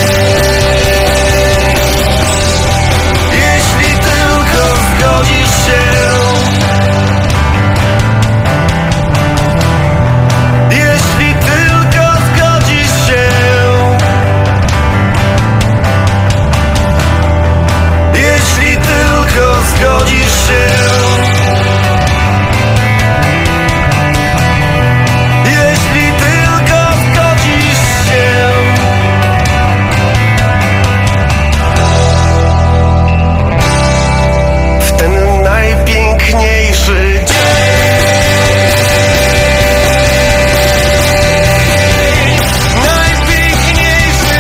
Jeśli tylko zgodzisz się. Jeśli tylko zgodzisz się. Jeśli tylko zgodzisz się. Jeśli tylko zgodzisz się. W ten najpiękniejszy dzień. Najpiękniejszy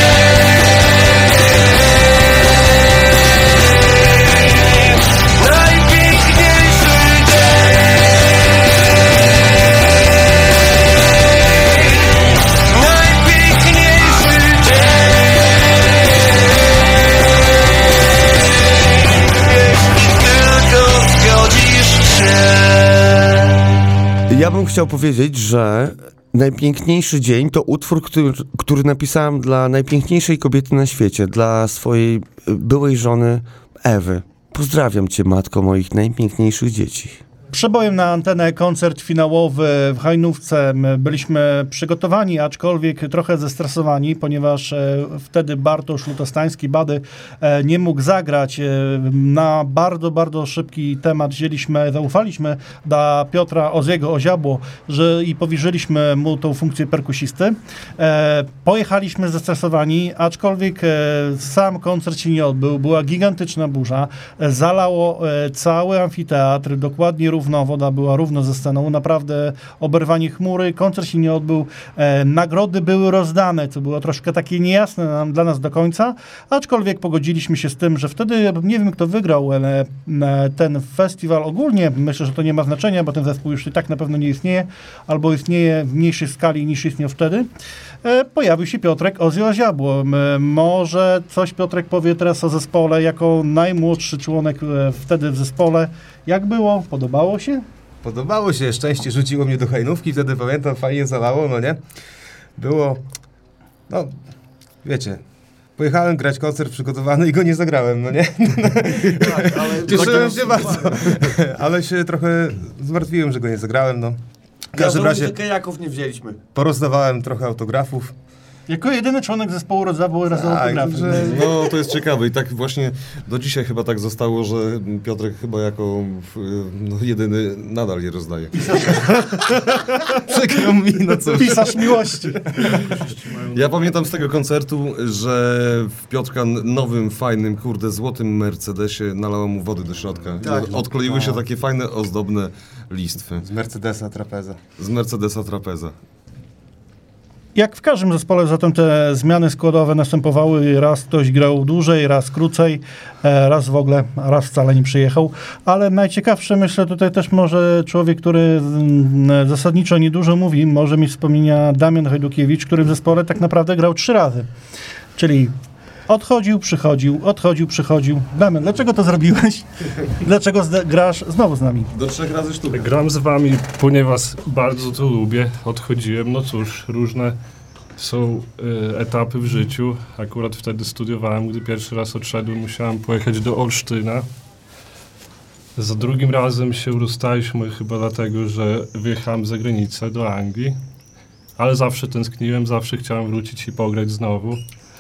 dzień. Najpiękniejszy dzień. Najpiękniejszy dzień. Jeśli tylko zgodzisz się. Ja bym chciał powiedzieć, że Najpiękniejszy dzień to utwór, który napisałem dla najpiękniejszej kobiety na świecie, dla swojej byłej żony Ewy. Pozdrawiam cię, matko moich najpiękniejszych dzieci. Przebojem na antenę koncert finałowy w Hajnówce. Byliśmy przygotowani, aczkolwiek trochę zestresowani, ponieważ wtedy Bartosz Lutostański, Bady, nie mógł zagrać. Na bardzo, bardzo szybki temat zaufaliśmy do Piotra Oziego Oziabło i powierzyliśmy mu tą funkcję perkusisty. Pojechaliśmy zestresowani, aczkolwiek sam koncert się nie odbył. Była gigantyczna burza. Zalało cały amfiteatr, dokładnie woda była równo ze sceną. Naprawdę oberwanie chmury, koncert się nie odbył. Nagrody były rozdane, co było troszkę takie niejasne dla nas do końca, aczkolwiek pogodziliśmy się z tym, że wtedy, nie wiem kto wygrał ten festiwal ogólnie, myślę, że to nie ma znaczenia, bo ten zespół już i tak na pewno nie istnieje, albo istnieje w mniejszej skali niż istniał wtedy. Pojawił się Piotrek Ozzy Oziabło. Może coś Piotrek powie teraz o zespole, jako najmłodszy członek wtedy w zespole. Jak było? Podobało się? Podobało się, szczęście rzuciło mnie do hajnówki, wtedy pamiętam, fajnie zalało, no nie? Było, no, wiecie, pojechałem grać koncert przygotowany i go nie zagrałem, no nie? Tak, ale cieszyłem się bardzo, ale się trochę zmartwiłem, że go nie zagrałem, no. W każdym razie kajaków nie wzięliśmy. porozdawałem trochę autografów. Jako jedyny członek zespołu rozdawał autografy. No, to jest ciekawe i tak właśnie do dzisiaj chyba tak zostało, że Piotrek chyba jako jedyny nadal je rozdaje. Przykro mi, no cóż. Pisarz miłości. Ja pamiętam z tego koncertu, że w Piotrka nowym, fajnym, złotym Mercedesie nalała mu wody do środka. Tak. Odkleiły się takie fajne, ozdobne listwy. Z Mercedesa Trapeza. Z Mercedesa Trapeza. Jak w każdym zespole zatem te zmiany składowe następowały. Raz ktoś grał dłużej, raz krócej, raz w ogóle, raz wcale nie przyjechał. Ale najciekawsze, myślę, tutaj też może człowiek, który zasadniczo niedużo mówi, może mieć wspomnienia Damian Hajdukiewicz, który w zespole tak naprawdę grał 3 razy. Czyli odchodził, przychodził. Damian, dlaczego to zrobiłeś? Dlaczego grasz znowu z nami? Do 3 razy sztuka. Gram z wami, ponieważ bardzo to lubię. Odchodziłem, no cóż, różne są etapy w życiu. Akurat wtedy studiowałem, gdy pierwszy raz odszedłem, musiałem pojechać do Olsztyna. Za drugim razem się rozstaliśmy chyba dlatego, że wyjechałem za granicę do Anglii. Ale zawsze tęskniłem, zawsze chciałem wrócić i pograć znowu.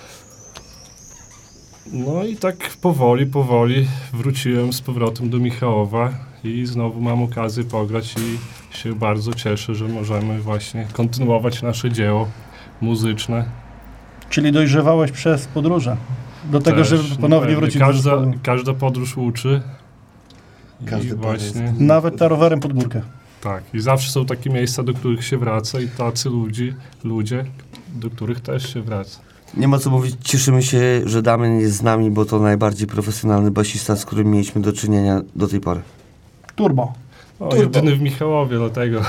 No i tak powoli wróciłem z powrotem do Michałowa i znowu mam okazję pograć i się bardzo cieszę, że możemy właśnie kontynuować nasze dzieło muzyczne. Czyli dojrzewałeś przez podróże do tego, Też, żeby ponownie wrócić do zespołu. Każda podróż uczy. Każdy I właśnie, Nawet ta rowerem pod górkę. tak. I zawsze są takie miejsca, do których się wraca i tacy ludzie, do których też się wraca. Nie ma co mówić, cieszymy się, że Damian jest z nami, bo to najbardziej profesjonalny basista, z którym mieliśmy do czynienia do tej pory. Turbo. O, jedyny w Michałowie, dlatego.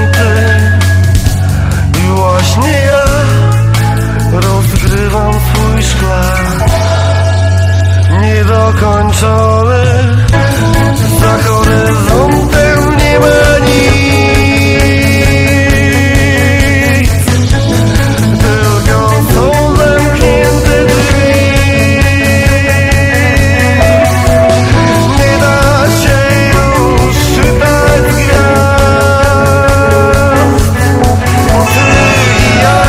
ty i właśnie ja rozgrywam swój szklar niedokończony. Za horyzontem nie ma nic, tylko są zamknięte drzwi. Nie da się już czytać gwiazd. Ty i ja.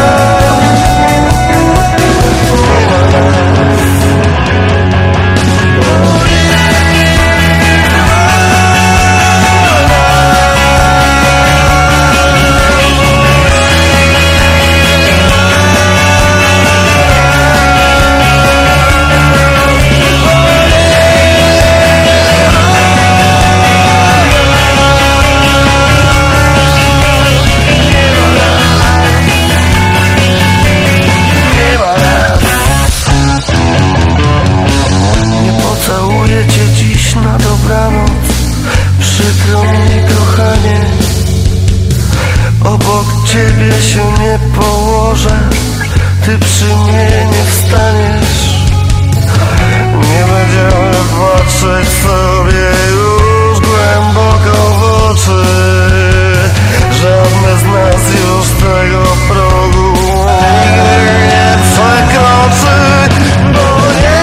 Pocałuję cię dziś na dobranoc. Przykro mi, kochanie, obok ciebie się nie położę. Ty przy mnie nie wstaniesz. Nie będziemy patrzeć sobie już głęboko w oczy. Żadne z nas już tego progu nie przekroczy, bo nie.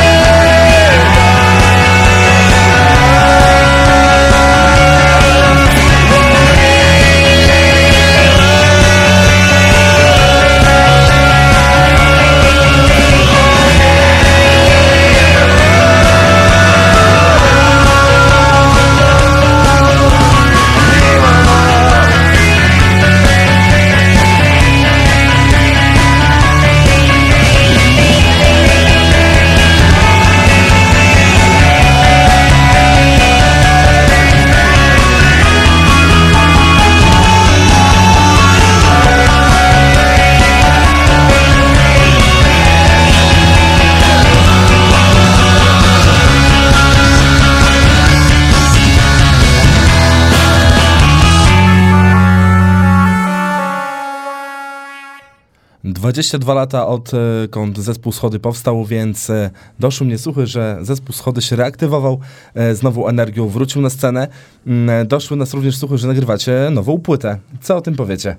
Dwadzieścia 22 lata odkąd zespół Schody powstał, więc doszły mnie słuchy, że zespół Schody się reaktywował, znowu energią wrócił na scenę. Doszły nas również słuchy, że nagrywacie nową płytę. Co o tym powiecie?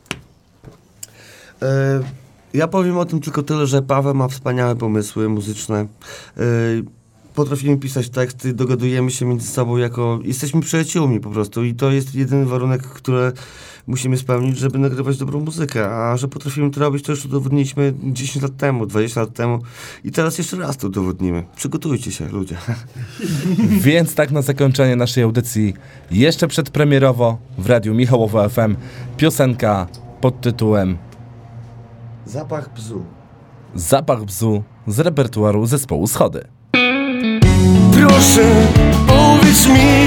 Ja powiem o tym tylko tyle, że Paweł ma wspaniałe pomysły muzyczne. Potrafimy pisać teksty, dogadujemy się między sobą jesteśmy przyjaciółmi po prostu i to jest jedyny warunek, który musimy spełnić, żeby nagrywać dobrą muzykę, a że potrafimy to robić, to już udowodniliśmy 10 lat temu, 20 lat temu i teraz jeszcze raz to udowodnimy. Przygotujcie się, ludzie. Więc tak na zakończenie naszej audycji, jeszcze przedpremierowo w Radiu Michałowo FM, piosenka pod tytułem Zapach bzu. Zapach bzu z repertuaru zespołu Schody. Proszę, powiedz mi,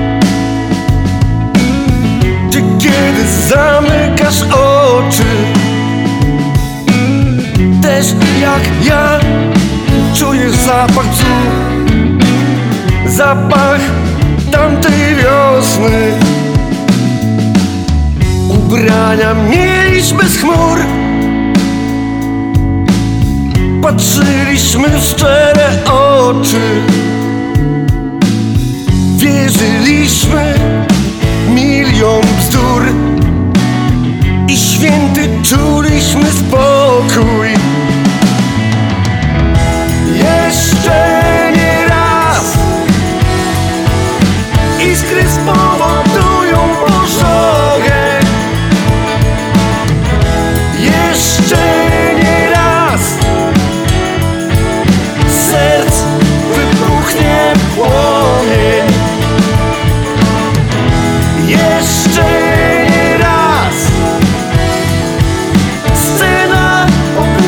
czy kiedy zamykasz oczy, też jak ja czujesz zapach bzu, zapach tamtej wiosny. Ubrania mieliśmy z chmur, patrzyliśmy w szczere oczy, wierzyliśmy milion bzdur i święty czuliśmy spokój. Jeszcze nie raz iskry spowodują pożogę. Jeszcze nie raz serc wybuchnie płomień. Jeszcze nie raz scena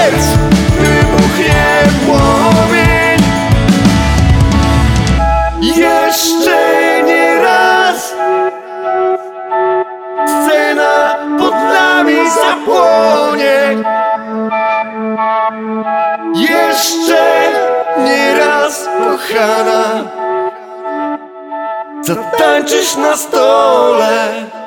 serc wybuchnie płomień. Jeszcze nie raz scena pod nami zapłonie. Jeszcze nie raz, kochana, zatańczysz na stole.